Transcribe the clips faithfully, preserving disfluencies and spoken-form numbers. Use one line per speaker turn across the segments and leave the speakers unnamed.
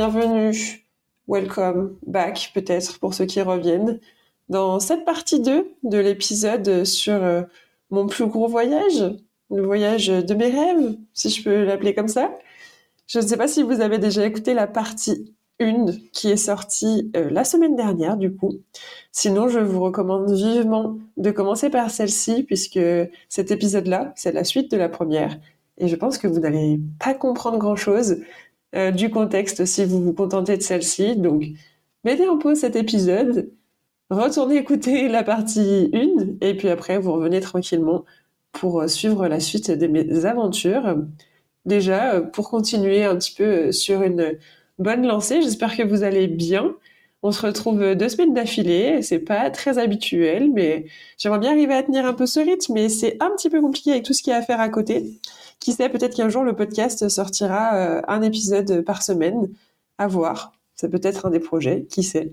bienvenue, welcome back peut-être pour ceux qui reviennent dans cette partie deux de l'épisode sur euh, mon plus gros voyage, le voyage de mes rêves, si je peux l'appeler comme ça. Je ne sais pas si vous avez déjà écouté la partie un qui est sortie euh, la semaine dernière du coup. Sinon, je vous recommande vivement de commencer par celle-ci puisque cet épisode-là, c'est la suite de la première et je pense que vous n'allez pas comprendre grand-chose euh, du contexte si vous vous contentez de celle-ci. Donc, mettez en pause cet épisode, retournez écouter la partie un et puis après, vous revenez tranquillement pour euh, suivre la suite de mes aventures. Déjà, euh, pour continuer un petit peu sur une bonne lancée, j'espère que vous allez bien. On se retrouve deux semaines d'affilée, c'est pas très habituel, mais j'aimerais bien arriver à tenir un peu ce rythme, mais c'est un petit peu compliqué avec tout ce qu'il y a à faire à côté. Qui sait, peut-être qu'un jour le podcast sortira euh, un épisode par semaine, à voir. C'est peut-être un des projets, qui sait.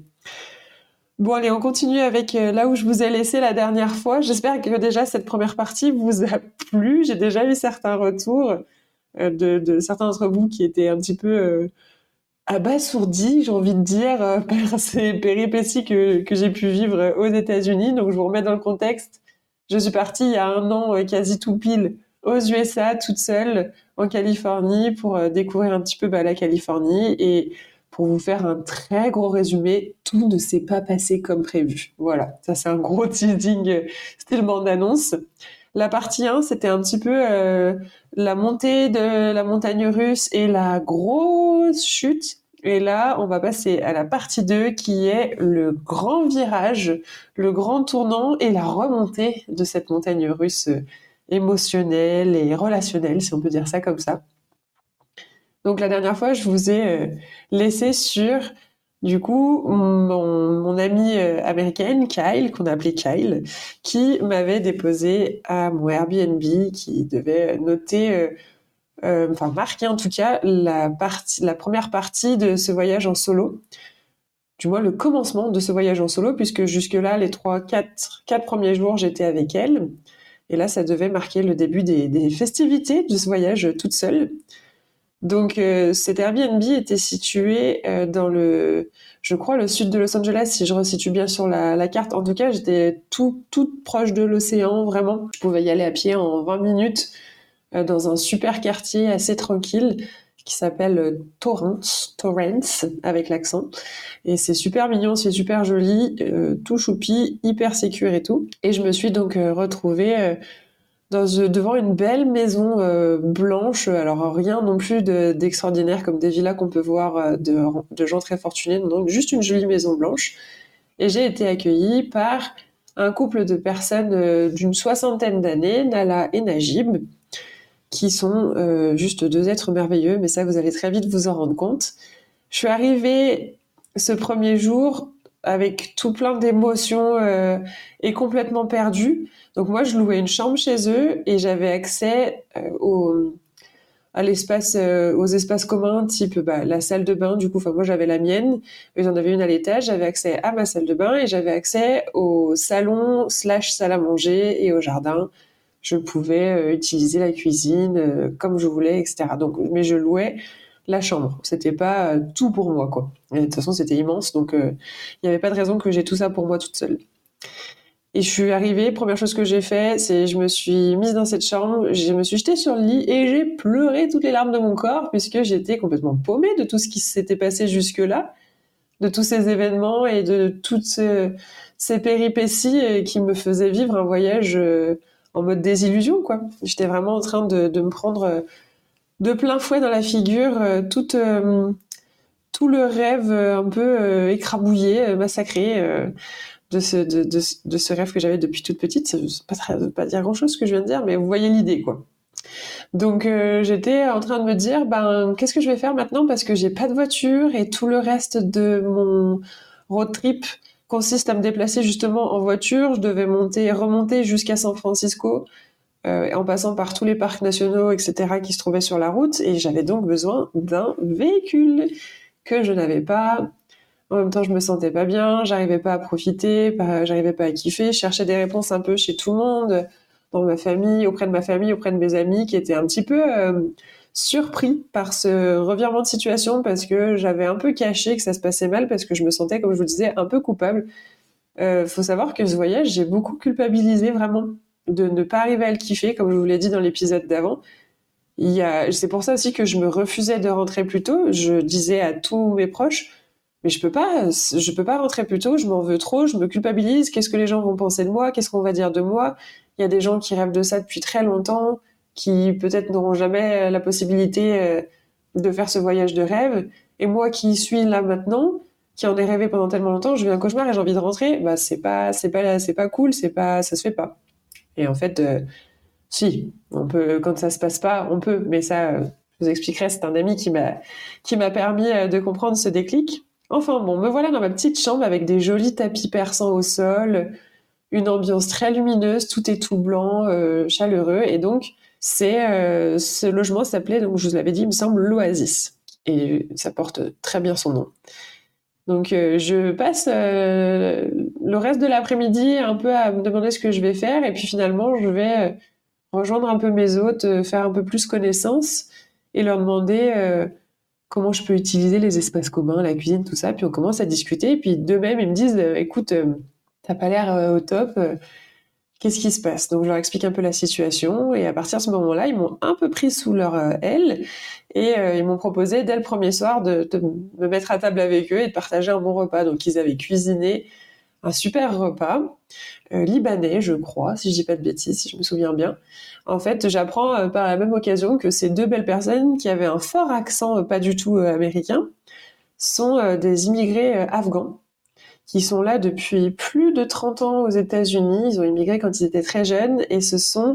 Bon allez, on continue avec euh, là où je vous ai laissé la dernière fois. J'espère que déjà cette première partie vous a plu. J'ai déjà eu certains retours euh, de, de certains d'entre vous qui étaient un petit peu euh, abasourdis, j'ai envie de dire, euh, par ces péripéties que, que j'ai pu vivre aux États-Unis. Donc je vous remets dans le contexte. Je suis partie il y a un an, euh, quasi tout pile, aux U S A, toute seule, en Californie, pour euh, découvrir un petit peu bah, la Californie. Et pour vous faire un très gros résumé, tout ne s'est pas passé comme prévu. Voilà, ça c'est un gros teasing, euh, style bande-annonce. La partie un, c'était un petit peu euh, la montée de la montagne russe et la grosse chute. Et là, on va passer à la partie deux qui est le grand virage, le grand tournant et la remontée de cette montagne russe euh, émotionnelle et relationnelle, si on peut dire ça comme ça. Donc la dernière fois, je vous ai euh, laissé sur, du coup, mon, mon amie euh, américaine, Kyle, qu'on a appelée Kyle, qui m'avait déposé à mon Airbnb, qui devait noter, euh, euh, enfin marquer en tout cas, la, partie, la première partie de ce voyage en solo. Du moins, le commencement de ce voyage en solo, puisque jusque-là, les trois, quatre, quatre premiers jours, j'étais avec elle. Et là, ça devait marquer le début des, des festivités de ce voyage toute seule. Donc, euh, cet Airbnb était situé euh, dans le, je crois, le sud de Los Angeles, si je resitue bien sur la, la carte. En tout cas, j'étais tout, toute proche de l'océan, vraiment. Je pouvais y aller à pied en vingt minutes euh, dans un super quartier assez tranquille qui s'appelle euh, Torrance, Torrance, avec l'accent. Et c'est super mignon, c'est super joli, euh, tout choupi, hyper sécure et tout. Et je me suis donc euh, retrouvée... Euh, Dans, devant une belle maison euh, blanche, alors rien non plus de, d'extraordinaire comme des villas qu'on peut voir euh, de, de gens très fortunés, non, juste une jolie maison blanche. Et j'ai été accueillie par un couple de personnes euh, d'une soixantaine d'années, Nala et Najib, qui sont euh, juste deux êtres merveilleux, mais ça vous allez très vite vous en rendre compte. Je suis arrivée ce premier jour avec tout plein d'émotions euh, et complètement perdue. Donc moi, je louais une chambre chez eux et j'avais accès euh, au, à l'espace, euh, aux espaces communs, type bah, la salle de bain. Du coup, enfin moi j'avais la mienne, eux ils en avaient une à l'étage. J'avais accès à ma salle de bain et j'avais accès au salon slash salle à manger et au jardin. Je pouvais euh, utiliser la cuisine euh, comme je voulais, et cetera. Donc, mais je louais la chambre. C'était pas euh, tout pour moi, quoi. Et de toute façon, c'était immense, donc il euh, n'y avait pas de raison que j'ai tout ça pour moi toute seule. Et je suis arrivée, première chose que j'ai fait, c'est je me suis mise dans cette chambre, je me suis jetée sur le lit et j'ai pleuré toutes les larmes de mon corps puisque j'étais complètement paumée de tout ce qui s'était passé jusque-là, de tous ces événements et de toutes ces, ces péripéties qui me faisaient vivre un voyage euh, en mode désillusion, quoi. J'étais vraiment en train de, de me prendre de plein fouet dans la figure euh, toute... Euh, tout le rêve euh, un peu euh, écrabouillé, euh, massacré euh, de, ce, de, de, de ce rêve que j'avais depuis toute petite. Ça ne veut pas, très, pas dire grand-chose ce que je viens de dire, mais vous voyez l'idée, quoi. Donc euh, j'étais en train de me dire, ben qu'est-ce que je vais faire maintenant parce que j'ai pas de voiture et tout le reste de mon road trip consiste à me déplacer justement en voiture. Je devais monter, remonter jusqu'à San Francisco euh, en passant par tous les parcs nationaux, et cetera qui se trouvaient sur la route et j'avais donc besoin d'un véhicule que je n'avais pas. En même temps, je me sentais pas bien, j'arrivais pas à profiter, pas, j'arrivais pas à kiffer. Je cherchais des réponses un peu chez tout le monde, dans ma famille, auprès de ma famille, auprès de mes amis, qui étaient un petit peu euh, surpris par ce revirement de situation parce que j'avais un peu caché que ça se passait mal parce que je me sentais, comme je vous disais, un peu coupable. Euh, faut savoir que ce voyage, j'ai beaucoup culpabilisé vraiment de ne pas arriver à le kiffer, comme je vous l'ai dit dans l'épisode d'avant. Il y a, c'est pour ça aussi que je me refusais de rentrer plus tôt. Je disais à tous mes proches, mais je peux pas, je peux pas rentrer plus tôt, je m'en veux trop, je me culpabilise, qu'est-ce que les gens vont penser de moi, qu'est-ce qu'on va dire de moi? Il y a des gens qui rêvent de ça depuis très longtemps, qui peut-être n'auront jamais la possibilité euh, de faire ce voyage de rêve. Et moi qui suis là maintenant, qui en ai rêvé pendant tellement longtemps, je vis un cauchemar et j'ai envie de rentrer, bah c'est pas, c'est pas, c'est pas cool, c'est pas, ça se fait pas. Et en fait, euh, si, on peut, quand ça se passe pas, on peut, mais ça, euh, je vous expliquerai, c'est un ami qui m'a, qui m'a permis euh, de comprendre ce déclic. Enfin bon, me voilà dans ma petite chambre avec des jolis tapis persans au sol, une ambiance très lumineuse, tout est tout blanc, euh, chaleureux, et donc c'est euh, ce logement s'appelait, donc je vous l'avais dit, il me semble l'Oasis, et ça porte très bien son nom. Donc euh, je passe euh, le reste de l'après-midi un peu à me demander ce que je vais faire, et puis finalement je vais euh, rejoindre un peu mes hôtes, euh, faire un peu plus connaissance, et leur demander euh, comment je peux utiliser les espaces communs, la cuisine, tout ça. Puis on commence à discuter. Et puis d'eux-mêmes, ils me disent, euh, écoute, euh, t'as pas l'air euh, au top. Euh, qu'est-ce qui se passe? Donc je leur explique un peu la situation. Et à partir de ce moment-là, ils m'ont un peu pris sous leur euh, aile. Et euh, ils m'ont proposé, dès le premier soir, de, de me mettre à table avec eux et de partager un bon repas. Donc ils avaient cuisiné un super repas, euh, libanais, je crois, si je dis pas de bêtises, si je me souviens bien. En fait, j'apprends euh, par la même occasion que ces deux belles personnes qui avaient un fort accent euh, pas du tout euh, américain sont euh, des immigrés euh, afghans qui sont là depuis plus de trente ans aux États-Unis. Ils ont immigré quand ils étaient très jeunes et ce sont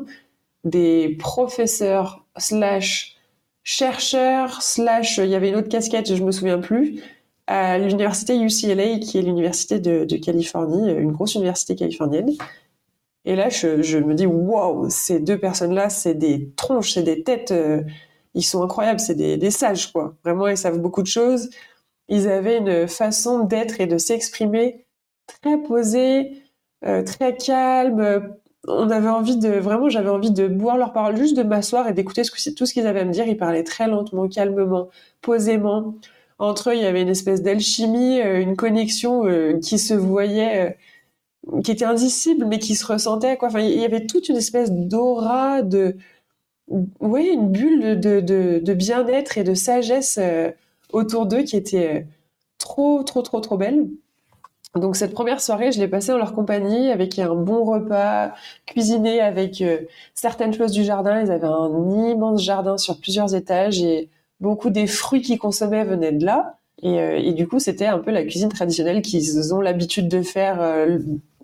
des professeurs slash chercheurs slash, il y avait une autre casquette, je me souviens plus, à l'université U C L A, qui est l'université de, de Californie, une grosse université californienne. Et là, je, je me dis, waouh, ces deux personnes-là, c'est des tronches, c'est des têtes, euh, ils sont incroyables, c'est des, des sages, quoi. Vraiment, ils savent beaucoup de choses. Ils avaient une façon d'être et de s'exprimer très posée, euh, très calme. On avait envie de, vraiment, j'avais envie de boire leurs paroles, juste de m'asseoir et d'écouter ce que, tout ce qu'ils avaient à me dire. Ils parlaient très lentement, calmement, posément. Entre eux, il y avait une espèce d'alchimie, euh, une connexion euh, qui se voyait, euh, qui était indicible, mais qui se ressentait, quoi. Enfin, il y avait toute une espèce d'aura, de, ouais, une bulle de, de, de bien-être et de sagesse euh, autour d'eux qui était euh, trop, trop, trop, trop belle. Donc cette première soirée, je l'ai passée en leur compagnie avec un bon repas, cuisiné avec euh, certaines choses du jardin. Ils avaient un immense jardin sur plusieurs étages et beaucoup des fruits qu'ils consommaient venaient de là. Et, euh, et du coup, c'était un peu la cuisine traditionnelle qu'ils ont l'habitude de faire euh,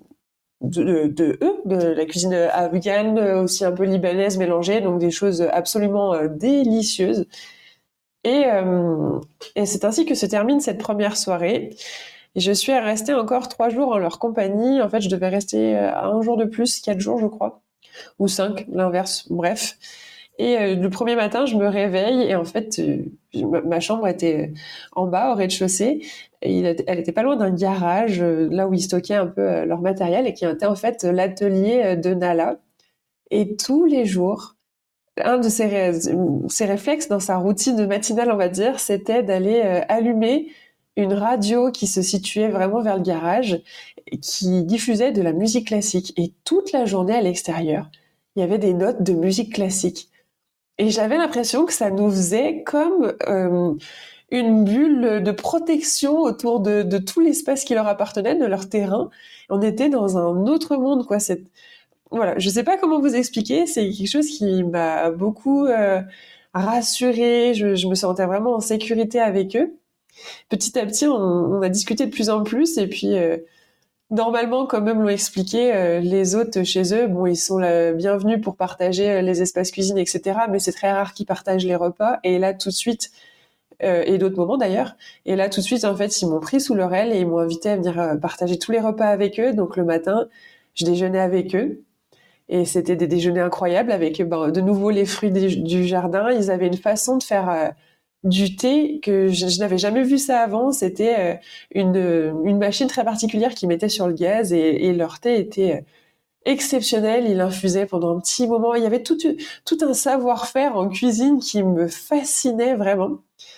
de, de, de eux, de la cuisine afghane, aussi un peu libanaise mélangée, donc des choses absolument euh, délicieuses. Et, euh, et c'est ainsi que se termine cette première soirée. Et je suis restée encore trois jours en leur compagnie. En fait, je devais rester un jour de plus, quatre jours, je crois, ou cinq, l'inverse, bref. Et euh, le premier matin, je me réveille et en fait, euh, ma, ma chambre était en bas, au rez-de-chaussée. Et il, elle était pas loin d'un garage, euh, là où ils stockaient un peu euh, leur matériel et qui était en fait l'atelier de Nala. Et tous les jours, un de ses, ré- ses réflexes dans sa routine matinale, on va dire, c'était d'aller euh, allumer une radio qui se situait vraiment vers le garage, qui diffusait de la musique classique. Et toute la journée à l'extérieur, il y avait des notes de musique classique. Et j'avais l'impression que ça nous faisait comme euh, une bulle de protection autour de, de tout l'espace qui leur appartenait, de leur terrain. On était dans un autre monde, quoi. Cette... Voilà, je sais pas comment vous expliquer, c'est quelque chose qui m'a beaucoup euh, rassurée, je, je me sentais vraiment en sécurité avec eux. Petit à petit, on, on a discuté de plus en plus et puis euh, normalement, comme eux me l'ont expliqué, euh, les hôtes chez eux, bon, ils sont la bienvenus pour partager euh, les espaces cuisine, et cetera. Mais c'est très rare qu'ils partagent les repas. Et là, tout de suite, euh, et d'autres moments d'ailleurs. Et là, tout de suite, en fait, ils m'ont pris sous leur aile et ils m'ont invité à venir euh, partager tous les repas avec eux. Donc le matin, je déjeunais avec eux. Et c'était des déjeuners incroyables avec ben, de nouveau les fruits du, du jardin. Ils avaient une façon de faire euh, du thé que je, je n'avais jamais vu ça avant. C'était euh, une, une machine très particulière qu'ils mettaient sur le gaz et, et leur thé était exceptionnel. Il infusait pendant un petit moment. Il y avait tout, tout un savoir-faire en cuisine qui me fascinait vraiment.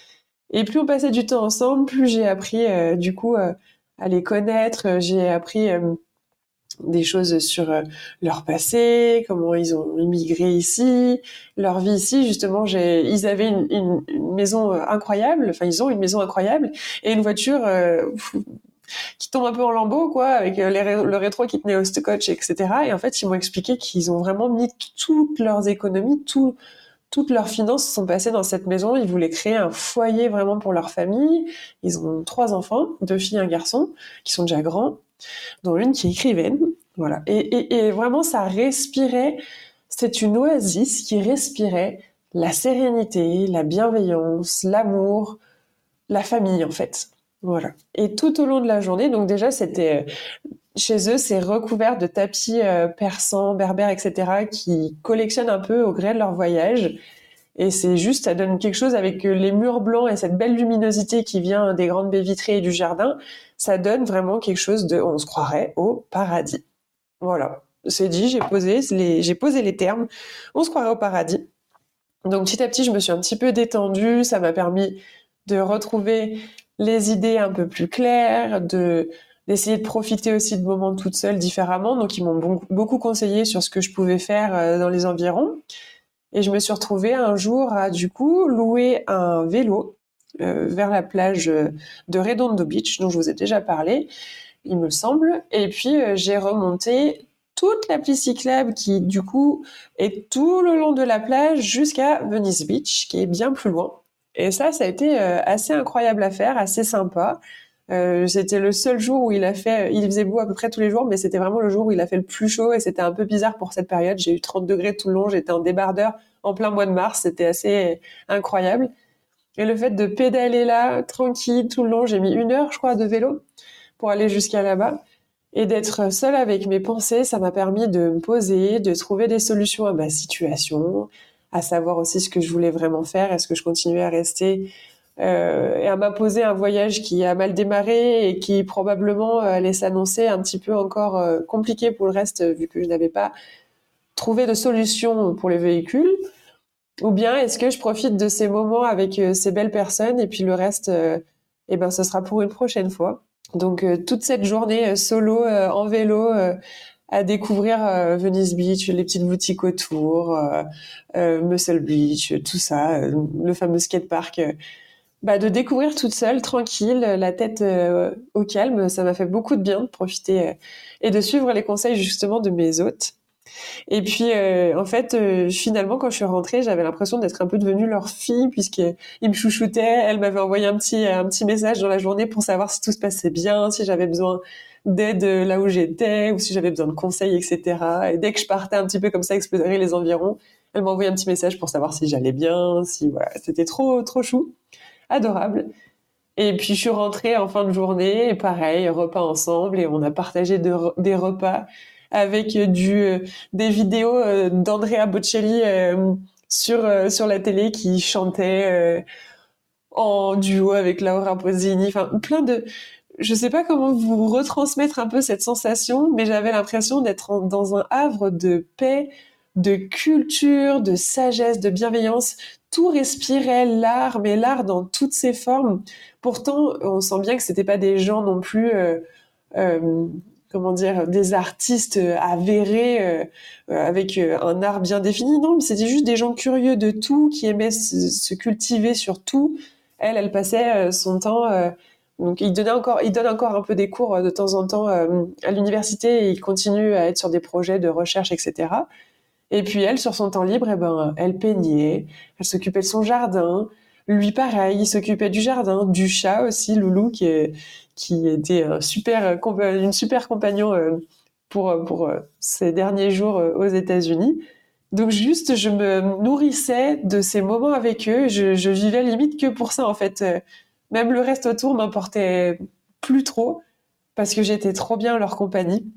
Et plus on passait du temps ensemble, plus j'ai appris euh, du coup euh, à les connaître. J'ai appris euh, des choses sur euh, leur passé, comment ils ont immigré ici, leur vie ici. Justement, j'ai, ils avaient une, une, une maison euh, incroyable. Enfin, ils ont une maison incroyable et une voiture euh, qui tombe un peu en lambeaux, quoi, avec euh, les ré- le rétro qui tenait au scotch, et cetera. Et en fait, ils m'ont expliqué qu'ils ont vraiment mis toutes leurs économies, tout, toutes leurs finances sont passées dans cette maison. Ils voulaient créer un foyer vraiment pour leur famille. Ils ont trois enfants, deux filles et un garçon, qui sont déjà grands, dont une qui est écrivaine. Voilà. Et, et, et vraiment, ça respirait. C'est une oasis qui respirait la sérénité, la bienveillance, l'amour, la famille, en fait. Voilà. Et tout au long de la journée, donc déjà, c'était chez eux, c'est recouvert de tapis euh, persans, berbères, et cetera, qui collectionnent un peu au gré de leur voyage. Et c'est juste, ça donne quelque chose avec les murs blancs et cette belle luminosité qui vient des grandes baies vitrées et du jardin. Ça donne vraiment quelque chose de, on se croirait au paradis. Voilà. C'est dit, j'ai posé les, j'ai posé les termes. On se croirait au paradis. Donc petit à petit, je me suis un petit peu détendue. Ça m'a permis de retrouver les idées un peu plus claires, de d'essayer de profiter aussi de moments toute seule différemment. Donc ils m'ont bon, beaucoup conseillé sur ce que je pouvais faire euh, dans les environs. Et je me suis retrouvée un jour à du coup louer un vélo euh, vers la plage de Redondo Beach, dont je vous ai déjà parlé, il me semble. Et puis euh, j'ai remonté toute la piste cyclable qui du coup est tout le long de la plage jusqu'à Venice Beach, qui est bien plus loin. Et ça, ça a été euh, assez incroyable à faire, assez sympa. Euh, c'était le seul jour où il a fait, il faisait beau à peu près tous les jours, mais c'était vraiment le jour où il a fait le plus chaud et c'était un peu bizarre pour cette période. J'ai eu trente degrés tout le long, j'étais en débardeur en plein mois de mars, c'était assez incroyable. Et le fait de pédaler là, tranquille, tout le long, j'ai mis une heure, je crois, de vélo pour aller jusqu'à là-bas. Et d'être seule avec mes pensées, ça m'a permis de me poser, de trouver des solutions à ma situation, à savoir aussi ce que je voulais vraiment faire, est-ce que je continuais à rester euh, et à m'imposer un voyage qui a mal démarré et qui probablement euh, allait s'annoncer un petit peu encore euh, compliqué pour le reste, vu que je n'avais pas trouvé de solution pour les véhicules. Ou bien est-ce que je profite de ces moments avec euh, ces belles personnes et puis le reste, euh, eh ben, ce sera pour une prochaine fois. Donc euh, toute cette journée euh, solo euh, en vélo euh, à découvrir euh, Venice Beach, les petites boutiques autour, euh, euh, Muscle Beach, tout ça, euh, le fameux skatepark. Euh, bah, de découvrir toute seule, tranquille, la tête euh, au calme, ça m'a fait beaucoup de bien de profiter euh, et de suivre les conseils justement de mes hôtes. Et puis, euh, en fait, euh, finalement, quand je suis rentrée, j'avais l'impression d'être un peu devenue leur fille, puisqu'ils me chouchoutaient. Elle m'avait envoyé un petit, un petit message dans la journée pour savoir si tout se passait bien, si j'avais besoin d'aide là où j'étais, ou si j'avais besoin de conseils, et cetera. Et dès que je partais un petit peu comme ça, explorer les environs, elle m'a envoyé un petit message pour savoir si j'allais bien, si, voilà, c'était trop, trop chou, adorable. Et puis je suis rentrée en fin de journée, et pareil, repas ensemble, et on a partagé de, des repas avec du, euh, des vidéos euh, d'Andrea Bocelli euh, sur, euh, sur la télé qui chantait euh, en duo avec Laura Pausini, enfin plein de... Je sais pas comment vous retransmettre un peu cette sensation, mais j'avais l'impression d'être en- dans un havre de paix, de culture, de sagesse, de bienveillance. Tout respirait l'art, mais l'art dans toutes ses formes. Pourtant, on sent bien que c'était pas des gens non plus, euh, euh, comment dire, des artistes avérés euh, euh, avec euh, un art bien défini. Non, mais c'était juste des gens curieux de tout, qui aimaient se, se cultiver sur tout. Elle, elle passait euh, son temps. Euh, donc, il donnait encore, il donne encore un peu des cours euh, de temps en temps euh, à l'université et il continue à être sur des projets de recherche, et cetera. Et puis elle, sur son temps libre, eh ben, elle peignait, elle s'occupait de son jardin. Lui, pareil, il s'occupait du jardin, du chat aussi, Loulou, qui, est, qui était un super, une super compagnon euh, pour, pour euh, ces derniers jours euh, aux États-Unis. Donc juste, je me nourrissais de ces moments avec eux. Je, je vivais limite que pour ça, en fait. Euh, Même le reste autour m'importait plus trop parce que j'étais trop bien en leur compagnie.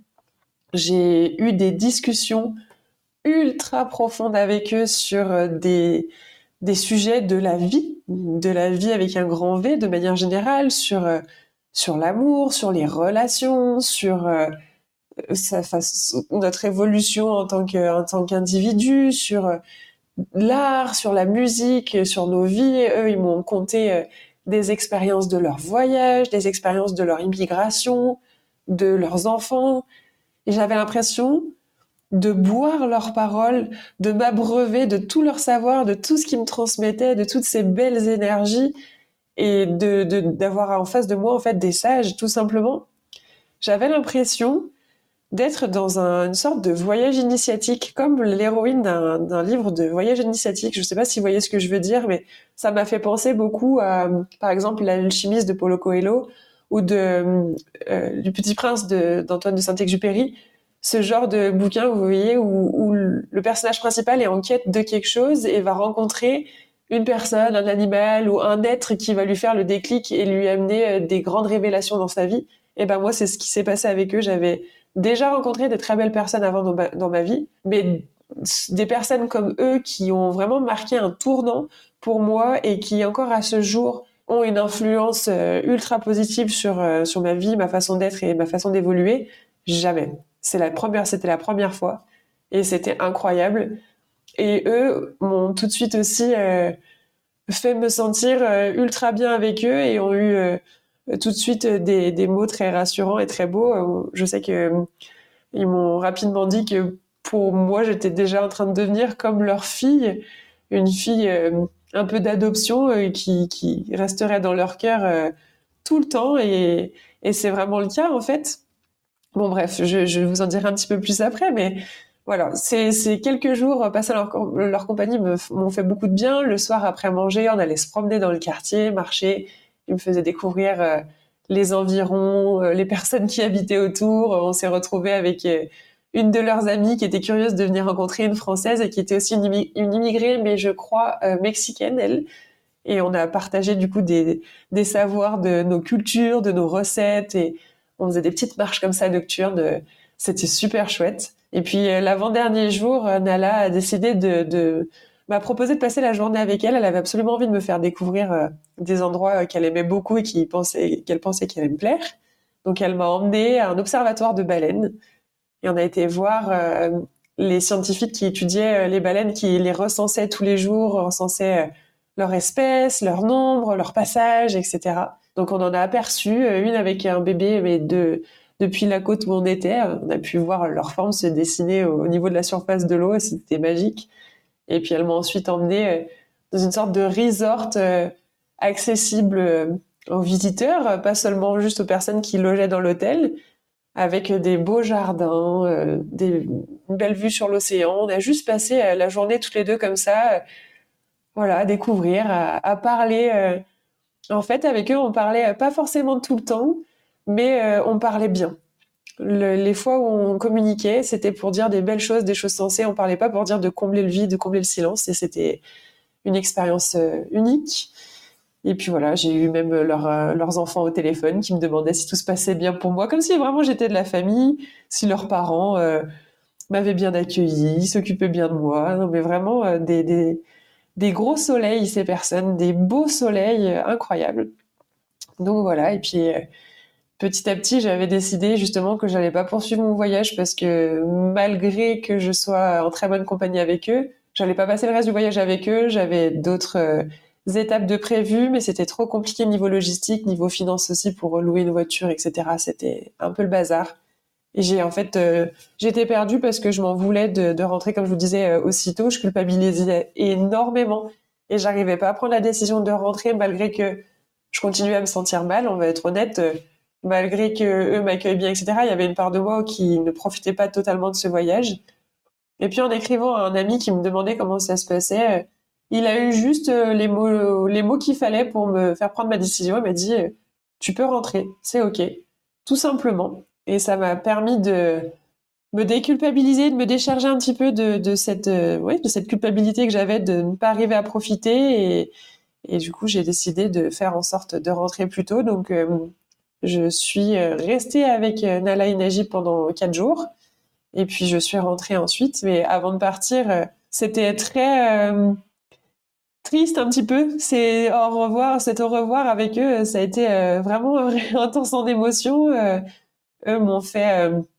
J'ai eu des discussions ultra profonde avec eux sur euh, des, des sujets de la vie, de la vie avec un grand V de manière générale, sur, euh, sur l'amour, sur les relations, sur, euh, ça fasse notre évolution en tant que en tant qu'individu, sur l'art, sur la musique, sur nos vies. Eux, ils m'ont conté des expériences de leur voyage, des expériences de leur immigration, de leurs enfants. Et j'avais l'impression de boire leurs paroles, de m'abreuver de tout leur savoir, de tout ce qu'ils me transmettaient, de toutes ces belles énergies, et de, de d'avoir en face de moi en fait des sages, tout simplement. J'avais l'impression d'être dans un, une sorte de voyage initiatique, comme l'héroïne d'un, d'un livre de voyage initiatique. Je sais pas si vous voyez ce que je veux dire, mais ça m'a fait penser beaucoup à, par exemple, L'Alchimiste de Paulo Coelho, ou de euh, du Petit Prince de, d'Antoine de Saint-Exupéry. Ce genre de bouquin, vous voyez, où, où le personnage principal est en quête de quelque chose et va rencontrer une personne, un animal ou un être qui va lui faire le déclic et lui amener des grandes révélations dans sa vie. Et ben moi, c'est ce qui s'est passé avec eux. J'avais déjà rencontré de très belles personnes avant dans ma, dans ma vie, mais des personnes comme eux qui ont vraiment marqué un tournant pour moi et qui encore à ce jour ont une influence ultra positive sur euh, sur ma vie, ma façon d'être et ma façon d'évoluer. Jamais. C'est la première, c'était la première fois et c'était incroyable. Et eux m'ont tout de suite aussi euh, fait me sentir euh, ultra bien avec eux et ont eu euh, tout de suite des, des mots très rassurants et très beaux. Je sais que euh, ils m'ont rapidement dit que pour moi, j'étais déjà en train de devenir comme leur fille, une fille euh, un peu d'adoption euh, qui, qui resterait dans leur cœur euh, tout le temps. Et, et c'est vraiment le cas, en fait. Bon, bref, je, je vous en dirai un petit peu plus après, mais voilà, c'est, c'est quelques jours passés à leur, leur compagnie me, m'ont fait beaucoup de bien. Le soir, après manger, on allait se promener dans le quartier, marcher. Ils me faisaient découvrir euh, les environs, euh, les personnes qui habitaient autour. On s'est retrouvés avec euh, une de leurs amies qui était curieuse de venir rencontrer une Française et qui était aussi une, immi- une immigrée, mais je crois euh, mexicaine, elle. Et on a partagé du coup des, des savoirs de nos cultures, de nos recettes, et on faisait des petites marches comme ça nocturnes. C'était super chouette. Et puis euh, l'avant-dernier jour, euh, Nala a décidé de, de m'a proposé de passer la journée avec elle. Elle avait absolument envie de me faire découvrir euh, des endroits euh, qu'elle aimait beaucoup et qui pensait, qu'elle pensait qu'il allait me plaire. Donc elle m'a emmenée à un observatoire de baleines et on a été voir euh, les scientifiques qui étudiaient euh, les baleines, qui les recensaient tous les jours, recensaient euh, leur espèce, leur nombre, leur passage, et cetera. Donc on en a aperçu euh, une avec un bébé, mais de depuis la côte où on était, on a pu voir leur forme se dessiner au, au niveau de la surface de l'eau, et c'était magique. Et puis elle m'a ensuite emmenée euh, dans une sorte de resort euh, accessible euh, aux visiteurs, pas seulement juste aux personnes qui logeaient dans l'hôtel, avec des beaux jardins, euh, des, une belle vue sur l'océan. On a juste passé euh, la journée toutes les deux comme ça, euh, voilà, à découvrir, à, à parler. Euh, en fait, avec eux, on parlait euh, pas forcément tout le temps, mais euh, on parlait bien. Le, les fois où on communiquait, c'était pour dire des belles choses, des choses sensées. On parlait pas pour dire de combler le vide, de combler le silence. Et c'était une expérience euh, unique. Et puis voilà, j'ai eu même leur, euh, leurs enfants au téléphone qui me demandaient si tout se passait bien pour moi, comme si vraiment j'étais de la famille, si leurs parents euh, m'avaient bien accueilli, s'occupaient bien de moi. Non, mais vraiment euh, des, des, des gros soleils, ces personnes, des beaux soleils euh, incroyables. Donc voilà, et puis euh, petit à petit, j'avais décidé justement que j'allais pas poursuivre mon voyage parce que malgré que je sois en très bonne compagnie avec eux, j'allais pas passer le reste du voyage avec eux. J'avais d'autres euh, étapes de prévues, mais c'était trop compliqué niveau logistique, niveau finance aussi pour louer une voiture, et cetera. C'était un peu le bazar. Et j'ai en fait, euh, j'étais perdue parce que je m'en voulais de, de rentrer, comme je vous disais, euh, aussitôt. Je culpabilisais énormément et j'arrivais pas à prendre la décision de rentrer malgré que je continuais à me sentir mal. On va être honnête. Euh, malgré que eux m'accueillent bien, et cetera. Il y avait une part de moi qui ne profitait pas totalement de ce voyage. Et puis en écrivant à un ami qui me demandait comment ça se passait, euh, il a eu juste euh, les mots, les mots qu'il fallait pour me faire prendre ma décision. Il m'a dit euh, tu peux rentrer, c'est ok, tout simplement. Et ça m'a permis de me déculpabiliser, de me décharger un petit peu de, de cette, euh, ouais, de cette culpabilité que j'avais de ne pas arriver à profiter. Et, et du coup, j'ai décidé de faire en sorte de rentrer plus tôt. Donc euh, je suis restée avec Nala et Najib pendant quatre jours. Et puis, je suis rentrée ensuite. Mais avant de partir, c'était très euh, triste un petit peu. C'est au revoir, c'est au revoir avec eux. Ça a été euh, vraiment intense en émotion. Euh, eux m'ont fait euh,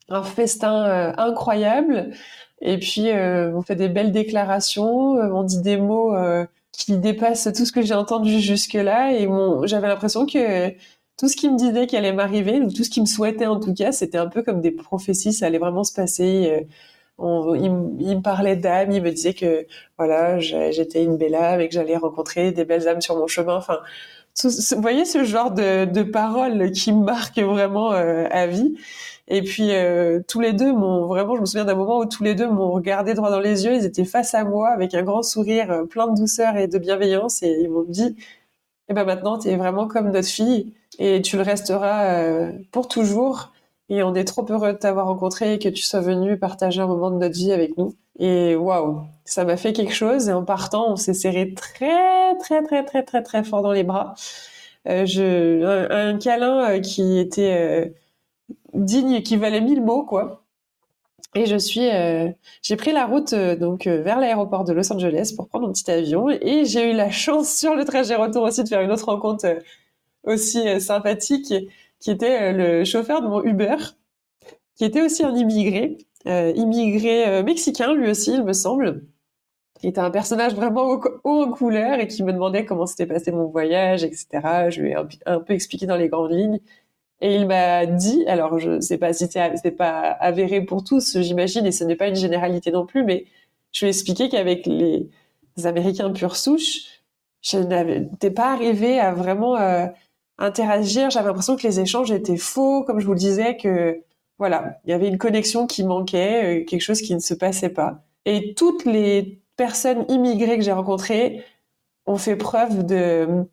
un festin euh, incroyable. Et puis, euh, on fait des belles déclarations, euh, on dit des mots euh, qui dépassent tout ce que j'ai entendu jusque-là. Et mon, j'avais l'impression que tout ce qui me disait qu'il allait m'arriver, ou tout ce qui me souhaitait en tout cas, c'était un peu comme des prophéties, ça allait vraiment se passer. Euh, on, il, m- il me parlait d'âmes, il me disait que voilà, j'ai- j'étais une belle âme et que j'allais rencontrer des belles âmes sur mon chemin. Enfin, tout ce- vous voyez ce genre de, de paroles qui me marquent vraiment euh, à vie. Et puis euh, tous les deux m'ont vraiment, je me souviens d'un moment où tous les deux m'ont regardé droit dans les yeux, ils étaient face à moi avec un grand sourire euh, plein de douceur et de bienveillance et ils m'ont dit eh ben maintenant tu es vraiment comme notre fille et tu le resteras euh, pour toujours et on est trop heureux de t'avoir rencontré et que tu sois venu partager un moment de notre vie avec nous. Et waouh, ça m'a fait quelque chose et en partant, on s'est serré très très très très très très fort dans les bras. Euh, je, un, un câlin euh, qui était euh, digne, qui valait mille mots, quoi. Et je suis, euh, j'ai pris la route euh, donc euh, vers l'aéroport de Los Angeles pour prendre mon petit avion et j'ai eu la chance sur le trajet retour aussi de faire une autre rencontre euh, aussi euh, sympathique qui était euh, le chauffeur de mon Uber, qui était aussi un immigré, euh, immigré euh, mexicain lui aussi, il me semble. Qui était un personnage vraiment haut, haut en couleur et qui me demandait comment s'était passé mon voyage, et cetera. Je lui ai un, un peu expliqué dans les grandes lignes. Et il m'a dit, alors je sais pas si c'est, c'est pas avéré pour tous, j'imagine, et ce n'est pas une généralité non plus, mais je lui ai expliqué qu'avec les Américains pure souche, je n'étais pas arrivée à vraiment euh, interagir. J'avais l'impression que les échanges étaient faux, comme je vous le disais, que voilà, il y avait une connexion qui manquait, euh, quelque chose qui ne se passait pas. Et toutes les personnes immigrées que j'ai rencontrées ont fait preuve de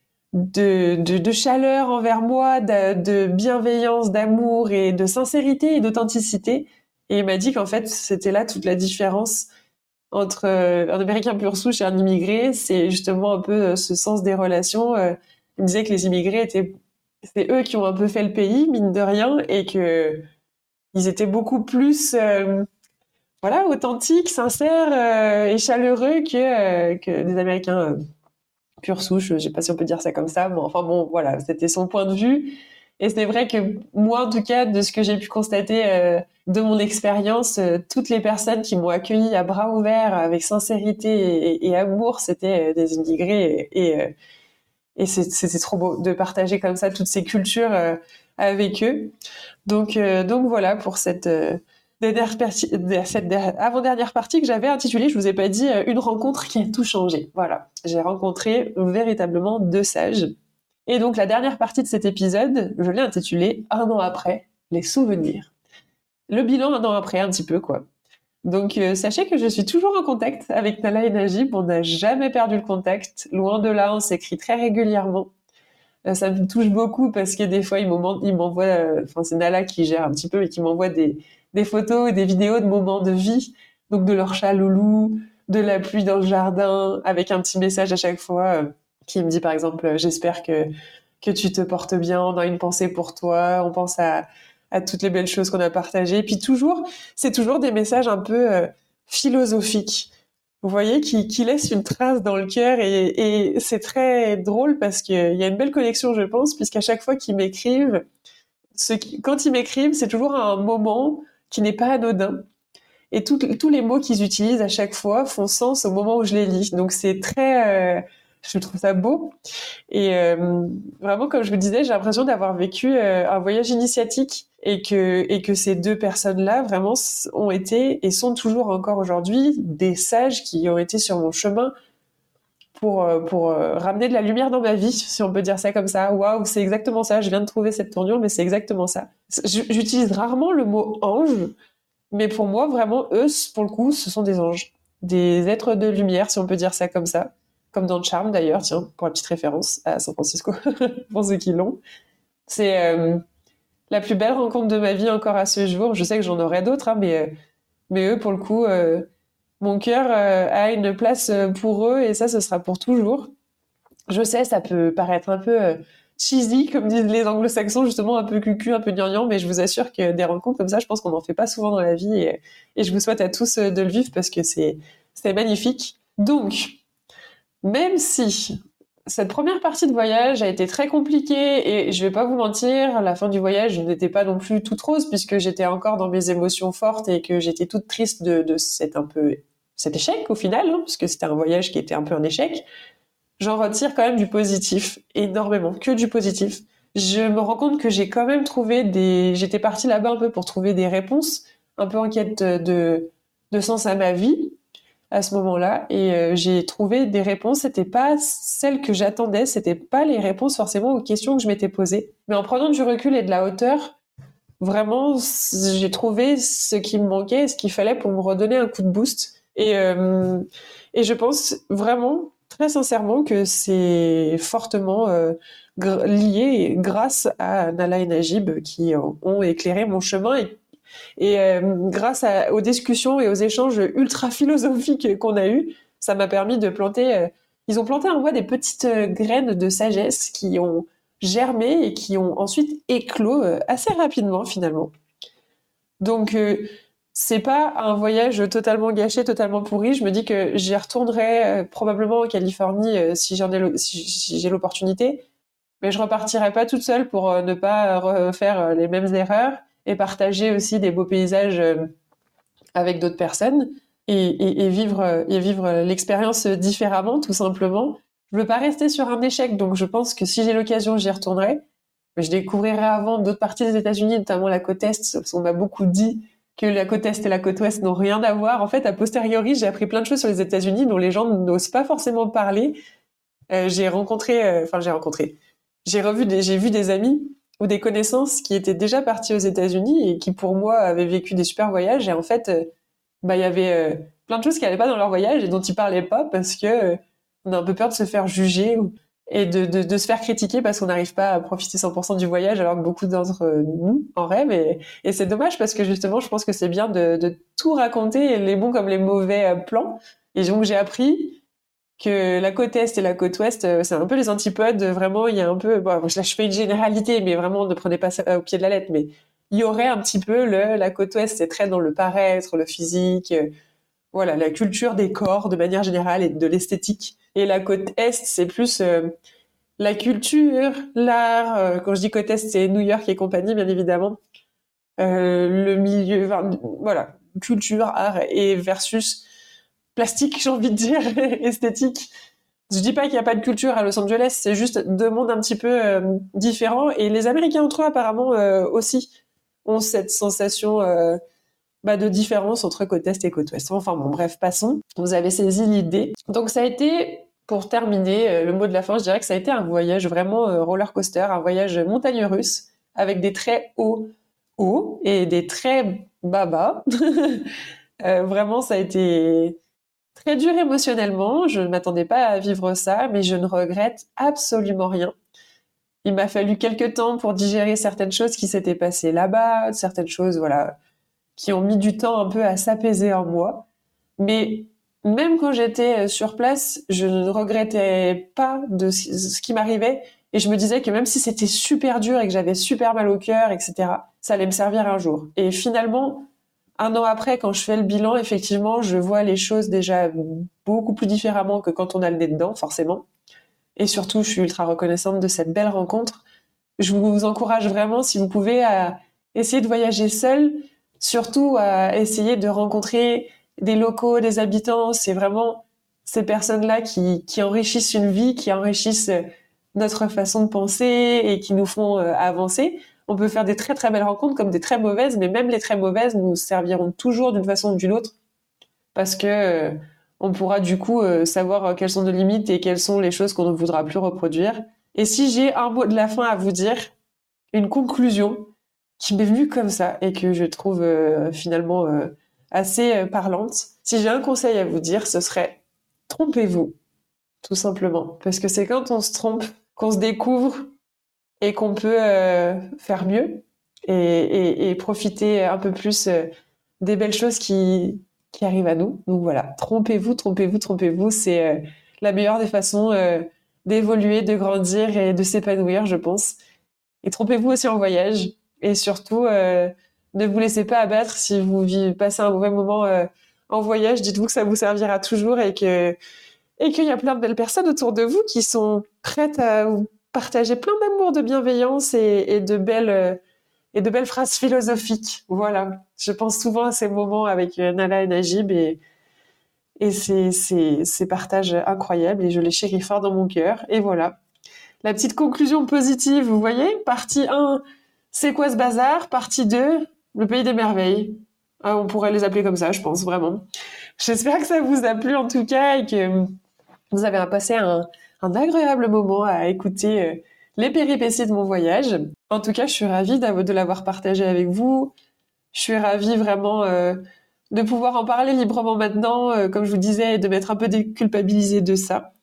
de, de, de chaleur envers moi, de, de bienveillance, d'amour et de sincérité et d'authenticité. Et il m'a dit qu'en fait, c'était là toute la différence entre euh, un Américain pur souche et un immigré. C'est justement un peu euh, ce sens des relations. Euh, il me disait que les immigrés étaient, c'est eux qui ont un peu fait le pays, mine de rien, et que ils étaient beaucoup plus, euh, voilà, authentiques, sincères euh, et chaleureux que, euh, que des Américains euh, pure souche, je sais pas si on peut dire ça comme ça, mais enfin bon, voilà, c'était son point de vue. Et c'est vrai que moi, en tout cas, de ce que j'ai pu constater euh, de mon expérience, euh, toutes les personnes qui m'ont accueilli à bras ouverts, avec sincérité et, et amour, c'était euh, des immigrés. Et, et, euh, et c'est- c'était trop beau de partager comme ça toutes ces cultures euh, avec eux. Donc, euh, donc voilà pour cette, euh, dernière partie, cette der- avant-dernière partie que j'avais intitulée, je vous ai pas dit, euh, une rencontre qui a tout changé. Voilà, j'ai rencontré véritablement deux sages. Et donc la dernière partie de cet épisode, je l'ai intitulée Un an après, les souvenirs. Le bilan un an après, un petit peu quoi. Donc euh, sachez que je suis toujours en contact avec Nala et Najib, on n'a jamais perdu le contact, loin de là, on s'écrit très régulièrement. Euh, ça me touche beaucoup parce que des fois, il m'envoie, il m'envoie, euh, enfin, c'est Nala qui gère un petit peu, mais qui m'envoie des, des photos et des vidéos de moments de vie, donc de leur chat loulou, de la pluie dans le jardin, avec un petit message à chaque fois, euh, qui me dit par exemple, euh, j'espère que, que tu te portes bien, on a une pensée pour toi, on pense à, à toutes les belles choses qu'on a partagées. Et puis toujours, c'est toujours des messages un peu euh, philosophiques. Vous voyez, qui, qui laisse une trace dans le cœur et, et c'est très drôle parce qu'il y a une belle connexion, je pense, puisqu'à chaque fois qu'ils m'écrivent, ce qui, quand ils m'écrivent, c'est toujours un moment qui n'est pas anodin. Et tout, tous les mots qu'ils utilisent à chaque fois font sens au moment où je les lis. Donc c'est très, euh, je trouve ça beau. Et euh, vraiment, comme je vous disais, j'ai l'impression d'avoir vécu euh, un voyage initiatique et que, et que ces deux personnes-là vraiment ont été et sont toujours encore aujourd'hui des sages qui ont été sur mon chemin pour, euh, pour euh, ramener de la lumière dans ma vie, si on peut dire ça comme ça. Waouh, c'est exactement ça. Je viens de trouver cette tournure, mais c'est exactement ça. J'utilise rarement le mot ange, mais pour moi, vraiment, eux, pour le coup, ce sont des anges. Des êtres de lumière, si on peut dire ça comme ça. Comme dans Charme, d'ailleurs, tiens, pour la petite référence à San Francisco, pour ceux qui l'ont. C'est euh, la plus belle rencontre de ma vie encore à ce jour. Je sais que j'en aurai d'autres, hein, mais, euh, mais eux, pour le coup, euh, mon cœur euh, a une place euh, pour eux et ça, ce sera pour toujours. Je sais, ça peut paraître un peu euh, cheesy, comme disent les anglo-saxons, justement, un peu cucu, un peu gnangnan, mais je vous assure que des rencontres comme ça, je pense qu'on n'en fait pas souvent dans la vie et, et je vous souhaite à tous euh, de le vivre parce que c'est, c'est magnifique. Donc, même si Cette première partie de voyage a été très compliquée et je vais pas vous mentir, la fin du voyage n'était pas non plus toute rose puisque j'étais encore dans mes émotions fortes et que j'étais toute triste de, de cet un peu cet échec au final, hein, puisque c'était un voyage qui était un peu un échec. J'en retire quand même du positif, énormément, que du positif. Je me rends compte que j'ai quand même trouvé des... J'étais partie là-bas un peu pour trouver des réponses, un peu en quête de, de sens à ma vie à ce moment-là, et euh, j'ai trouvé des réponses. C'était pas celles que j'attendais, c'était pas les réponses forcément aux questions que je m'étais posées. Mais en prenant du recul et de la hauteur, vraiment, j'ai trouvé ce qui me manquait, ce qu'il fallait pour me redonner un coup de boost. Et, euh, et je pense vraiment, très sincèrement, que c'est fortement euh, gr- lié grâce à Nala et Najib qui ont éclairé mon chemin et, et euh, grâce à, aux discussions et aux échanges ultra philosophiques qu'on a eus, ça m'a permis de planter. Euh, ils ont planté en moi des petites euh, graines de sagesse qui ont germé et qui ont ensuite éclos euh, assez rapidement finalement. Donc euh, c'est pas un voyage totalement gâché, totalement pourri. Je me dis que j'y retournerai euh, probablement en Californie euh, si j'en ai le- si, si j'ai l'opportunité, mais je repartirai pas toute seule pour euh, ne pas refaire euh, les mêmes erreurs et partager aussi des beaux paysages euh, avec d'autres personnes et, et, et vivre euh, et vivre l'expérience différemment, tout simplement. Je veux pas rester sur un échec, donc je pense que si j'ai l'occasion, j'y retournerai. Mais je découvrirai avant d'autres parties des États-Unis, notamment la côte Est, parce qu'on m'a beaucoup dit que la côte Est et la côte Ouest n'ont rien à voir. En fait, a posteriori, j'ai appris plein de choses sur les États-Unis dont les gens n'osent pas forcément parler. Euh, j'ai rencontré, euh, enfin j'ai rencontré, j'ai revu, des, j'ai vu des amis ou des connaissances qui étaient déjà partis aux États-Unis et qui pour moi avaient vécu des super voyages. Et en fait, euh, bah il y avait euh, plein de choses qui allaient pas dans leur voyage et dont ils parlaient pas parce que euh, on a un peu peur de se faire juger ou, et de, de, de se faire critiquer parce qu'on n'arrive pas à profiter cent pour cent du voyage alors que beaucoup d'entre nous en rêvent. Et, et c'est dommage parce que justement, je pense que c'est bien de, de tout raconter, les bons comme les mauvais euh, plans. Et donc j'ai appris que la côte Est et la côte Ouest, euh, c'est un peu les antipodes. Vraiment, il y a un peu... Bon, là, je fais une généralité, mais vraiment, ne prenez pas ça au pied de la lettre. Mais il y aurait un petit peu le... La côte Ouest, c'est très dans le paraître, le physique, euh, voilà, la culture des corps de manière générale et de l'esthétique. Et la côte Est, c'est plus euh, la culture, l'art. Euh, quand je dis côte Est, c'est New York et compagnie, bien évidemment. Euh, le milieu... Enfin, voilà, culture, art et versus plastique, j'ai envie de dire, esthétique. Je dis pas qu'il n'y a pas de culture à Los Angeles, c'est juste deux mondes un petit peu euh, différents. Et les Américains entre eux, apparemment, euh, aussi ont cette sensation euh, bah, de différence entre côte Est et côte Ouest. Enfin bon, bref, passons. Vous avez saisi l'idée. Donc ça a été, pour terminer, euh, le mot de la fin, je dirais que ça a été un voyage vraiment euh, roller coaster, un voyage montagne russe, avec des très hauts hauts et des très bas bas. euh, vraiment, ça a été très dur émotionnellement, je ne m'attendais pas à vivre ça, mais je ne regrette absolument rien. Il m'a fallu quelques temps pour digérer certaines choses qui s'étaient passées là-bas, certaines choses, voilà, qui ont mis du temps un peu à s'apaiser en moi. Mais même quand j'étais sur place, je ne regrettais pas de ce qui m'arrivait et je me disais que même si c'était super dur et que j'avais super mal au cœur, et cetera, ça allait me servir un jour. Et finalement, un an après, quand je fais le bilan, effectivement, je vois les choses déjà beaucoup plus différemment que quand on a le nez dedans, forcément. Et surtout, je suis ultra reconnaissante de cette belle rencontre. Je vous encourage vraiment, si vous pouvez, à essayer de voyager seul, surtout à essayer de rencontrer des locaux, des habitants. C'est vraiment ces personnes-là qui, qui enrichissent une vie, qui enrichissent notre façon de penser et qui nous font euh, avancer. On peut faire des très très belles rencontres comme des très mauvaises, mais même les très mauvaises nous serviront toujours d'une façon ou d'une autre parce que euh, on pourra du coup euh, savoir quelles sont nos limites et quelles sont les choses qu'on ne voudra plus reproduire. Et si j'ai un mot de la fin à vous dire, une conclusion qui m'est venue comme ça et que je trouve euh, finalement euh, assez euh, parlante, si j'ai un conseil à vous dire, ce serait trompez-vous, tout simplement. Parce que c'est quand on se trompe qu'on se découvre et qu'on peut euh, faire mieux et, et, et profiter un peu plus euh, des belles choses qui, qui arrivent à nous. Donc voilà, trompez-vous, trompez-vous, trompez-vous, c'est euh, la meilleure des façons euh, d'évoluer, de grandir et de s'épanouir, je pense. Et trompez-vous aussi en voyage et surtout, euh, ne vous laissez pas abattre si vous vivez, passez un mauvais moment euh, en voyage. Dites-vous que ça vous servira toujours et que et qu'il y a plein de belles personnes autour de vous qui sont prêtes à vous partager plein d'amour, de bienveillance et, et de belles euh, et de belles phrases philosophiques. Voilà, je pense souvent à ces moments avec euh, Nala et Najib et et ces ces ces partages incroyables et je les chéris fort dans mon cœur. Et voilà, la petite conclusion positive, vous voyez, partie un, c'est quoi ce bazar? Partie deux, le pays des merveilles. Ah, on pourrait les appeler comme ça, je pense, vraiment. J'espère que ça vous a plu en tout cas et que vous avez passé un, un agréable moment à écouter euh, les péripéties de mon voyage. En tout cas, je suis ravie de l'avoir partagé avec vous. Je suis ravie vraiment euh, de pouvoir en parler librement maintenant, euh, comme je vous disais, et de m'être un peu déculpabilisée de ça.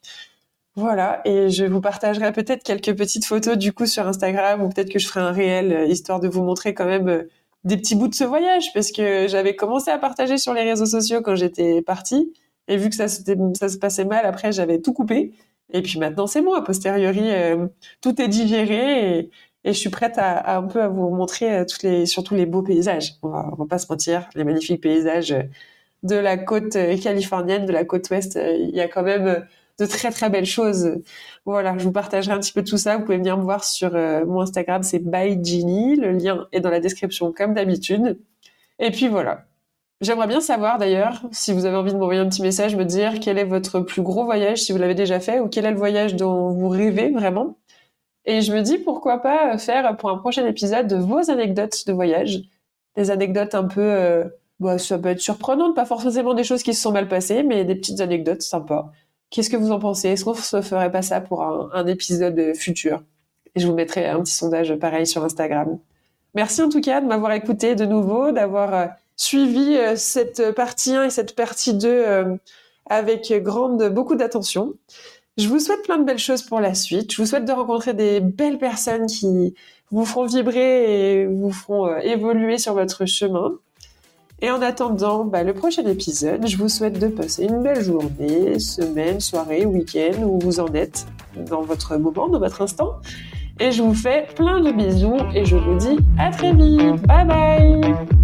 Voilà, et je vous partagerai peut-être quelques petites photos du coup sur Instagram ou peut-être que je ferai un réel euh, histoire de vous montrer quand même euh, des petits bouts de ce voyage parce que j'avais commencé à partager sur les réseaux sociaux quand j'étais partie et vu que ça, ça se passait mal après j'avais tout coupé et puis maintenant c'est bon, a posteriori euh, tout est digéré et, et je suis prête à, à un peu à vous montrer euh, toutes les, surtout les beaux paysages, on va, on va pas se mentir, les magnifiques paysages euh, de la côte euh, californienne, de la côte ouest, euh, il y a quand même euh, de très très belles choses. Voilà, je vous partagerai un petit peu tout ça. Vous pouvez venir me voir sur euh, mon Instagram, c'est by Ginny. Le lien est dans la description comme d'habitude. Et puis voilà. J'aimerais bien savoir d'ailleurs, si vous avez envie de m'envoyer un petit message, me dire quel est votre plus gros voyage, si vous l'avez déjà fait, ou quel est le voyage dont vous rêvez vraiment. Et je me dis pourquoi pas faire pour un prochain épisode de vos anecdotes de voyage. Des anecdotes un peu, euh, bah, ça peut être surprenantes, pas forcément des choses qui se sont mal passées, mais des petites anecdotes sympas. Qu'est-ce que vous en pensez? Est-ce qu'on se ferait pas ça pour un, un épisode futur? Et je vous mettrai un petit sondage pareil sur Instagram. Merci en tout cas de m'avoir écouté de nouveau, d'avoir euh, suivi euh, cette partie un et cette partie deux euh, avec grande, beaucoup d'attention. Je vous souhaite plein de belles choses pour la suite. Je vous souhaite de rencontrer des belles personnes qui vous feront vibrer et vous feront euh, évoluer sur votre chemin. Et en attendant bah, le prochain épisode, je vous souhaite de passer une belle journée, semaine, soirée, week-end, où vous en êtes dans votre moment, dans votre instant. Et je vous fais plein de bisous et je vous dis à très vite. Bye bye!